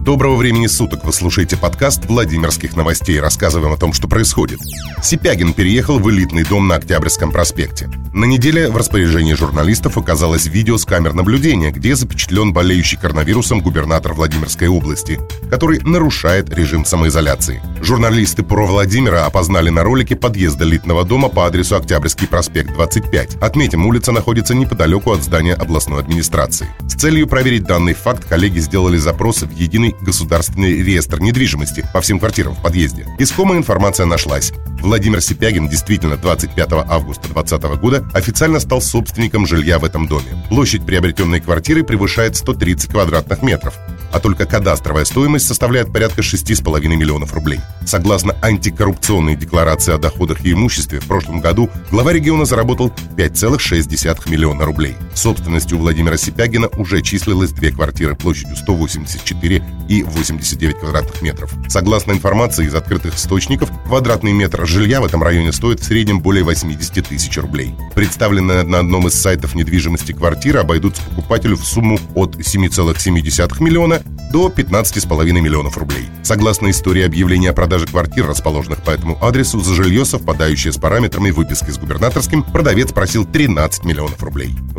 Доброго времени суток! Вы слушаете подкаст Владимирских новостей. Рассказываем о том, что происходит. Сипягин переехал в элитный дом на Октябрьском проспекте. На неделе в распоряжении журналистов оказалось видео с камер наблюдения, где запечатлен болеющий коронавирусом губернатор Владимирской области, который нарушает режим самоизоляции. Журналисты про Владимира опознали на ролике подъезд элитного дома по адресу Октябрьский проспект, 25. Отметим, улица находится неподалеку от здания областной администрации. С целью проверить данный факт коллеги сделали запросы в единый государственный реестр недвижимости по всем квартирам в подъезде. Искомая информация нашлась. Владимир Сипягин действительно 25 августа 2020 года официально стал собственником жилья в этом доме. Площадь приобретенной квартиры превышает 130 квадратных метров, а только кадастровая стоимость составляет порядка 6,5 миллионов рублей. Согласно антикоррупционной декларации о доходах и имуществе, в прошлом году глава региона заработал 5,6 миллиона рублей. Собственностью Владимира Сипягина уже числилось 2 квартиры площадью 184 и 89 квадратных метров. Согласно информации из открытых источников, квадратный метр жилья в этом районе стоит в среднем более 80 тысяч рублей. Представленные на одном из сайтов недвижимости квартиры обойдутся покупателю в сумму от 7,7 миллиона до 15,5 миллионов рублей. Согласно истории объявления о продаже квартир, расположенных по этому адресу, за жилье, совпадающее с параметрами выписки с губернаторским, продавец просил 13 миллионов рублей. В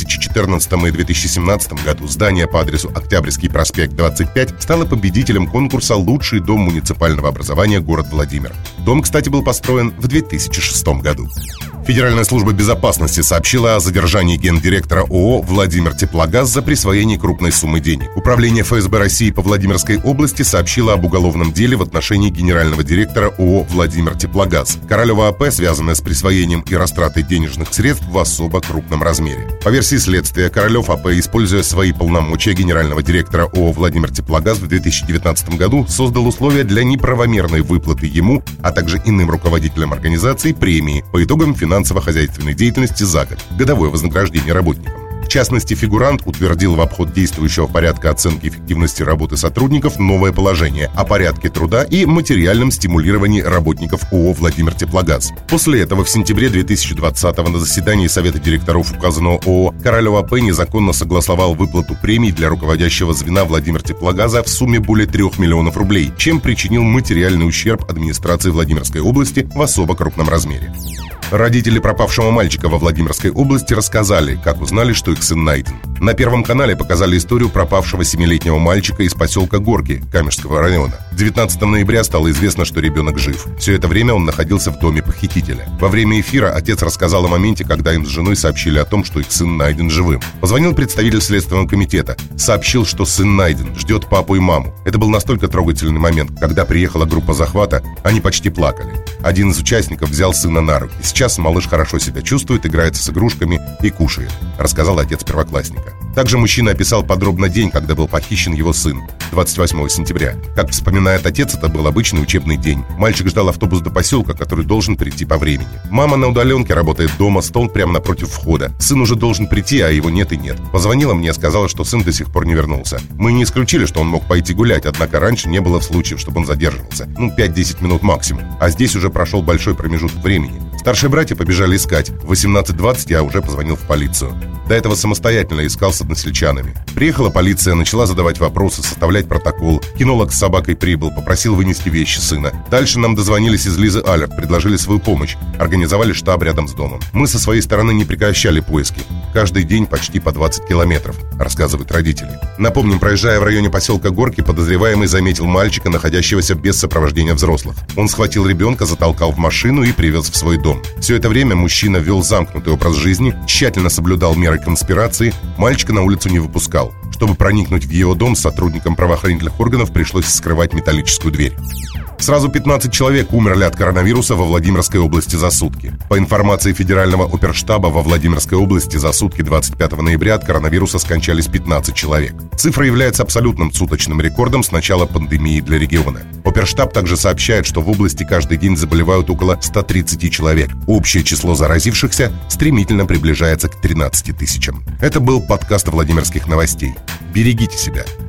2014 и 2017 году здание по адресу Октябрьский проспект, 25 стало победителем конкурса «Лучший дом муниципального образования город Владимир». Дом, кстати, был построен в 2006 году. Федеральная служба безопасности сообщила о задержании гендиректора ООО «Владимир Теплогаз» за присвоение крупной суммы денег. Управление ФСБ России по Владимирской области сообщило об уголовном деле в отношении генерального директора ООО «Владимир Теплогаз». Королева АП, связанная с присвоением и растратой денежных средств в особо крупном размере. По версии следствия, Королев АП, используя свои полномочия генерального директора ООО «Владимир Теплогаз», в 2019 году создал условия для неправомерной выплаты ему, а также иным руководителям организации премии по итогам финансово-хозяйственной деятельности за год, годовое вознаграждение работникам. В частности, фигурант утвердил в обход действующего порядка оценки эффективности работы сотрудников новое положение о порядке труда и материальном стимулировании работников ООО «Владимир Теплогаз». После этого в сентябре 2020-го на заседании Совета директоров указанного ООО Королев АП незаконно согласовал выплату премий для руководящего звена Владимир Теплогаза в сумме более 3 миллионов рублей, чем причинил материальный ущерб администрации Владимирской области в особо крупном размере. Родители пропавшего мальчика во Владимирской области рассказали, как узнали, что их сын найден. На Первом канале показали историю пропавшего 7-летнего мальчика из поселка Горки Каменского района. 19 ноября стало известно, что ребенок жив. Все это время он находился в доме похитителя. Во время эфира отец рассказал о моменте, когда им с женой сообщили о том, что их сын найден живым. Позвонил представитель Следственного комитета, сообщил, что сын найден, ждет папу и маму. Это был настолько трогательный момент. Когда приехала группа захвата, они почти плакали. Один из участников взял сына на руки. Сейчас малыш хорошо себя чувствует, играется с игрушками и кушает, рассказал отец первоклассника. Также мужчина описал подробно день, когда был похищен его сын, 28 сентября. Как вспоминает отец, это был обычный учебный день. Мальчик ждал автобус до поселка, который должен прийти по времени. Мама на удаленке работает дома, стол прямо напротив входа. Сын уже должен прийти, а его нет и нет. Позвонила мне, сказала, что сын до сих пор не вернулся. Мы не исключили, что он мог пойти гулять, однако раньше не было случаев, чтобы он задерживался. 5-10 минут максимум. А здесь уже прошел большой промежуток времени. Старшие братья побежали искать. В 18:20 я уже позвонил в полицию. До этого самостоятельно искал с односельчанами. Приехала полиция, начала задавать вопросы, составлять протокол. Кинолог с собакой прибыл, попросил вынести вещи сына. Дальше нам дозвонились из Лизы Алерт, предложили свою помощь. Организовали штаб рядом с домом. Мы со своей стороны не прекращали поиски. Каждый день почти по 20 километров, рассказывают родители. Напомним, проезжая в районе поселка Горки, подозреваемый заметил мальчика, находящегося без сопровождения взрослых. Он схватил ребенка, затолкал в машину и привез в свой дом. Все это время мужчина вел замкнутый образ жизни, тщательно соблюдал меры конспирации, мальчика на улицу не выпускал. Чтобы проникнуть в его дом, сотрудникам правоохранительных органов пришлось вскрывать металлическую дверь. Сразу 15 человек умерли от коронавируса во Владимирской области за сутки. По информации Федерального оперштаба, во Владимирской области за сутки 25 ноября от коронавируса скончались 15 человек. Цифра является абсолютным суточным рекордом с начала пандемии для региона. Оперштаб также сообщает, что в области каждый день заболевают около 130 человек. Общее число заразившихся стремительно приближается к 13 тысячам. Это был подкаст Владимирских новостей. Берегите себя.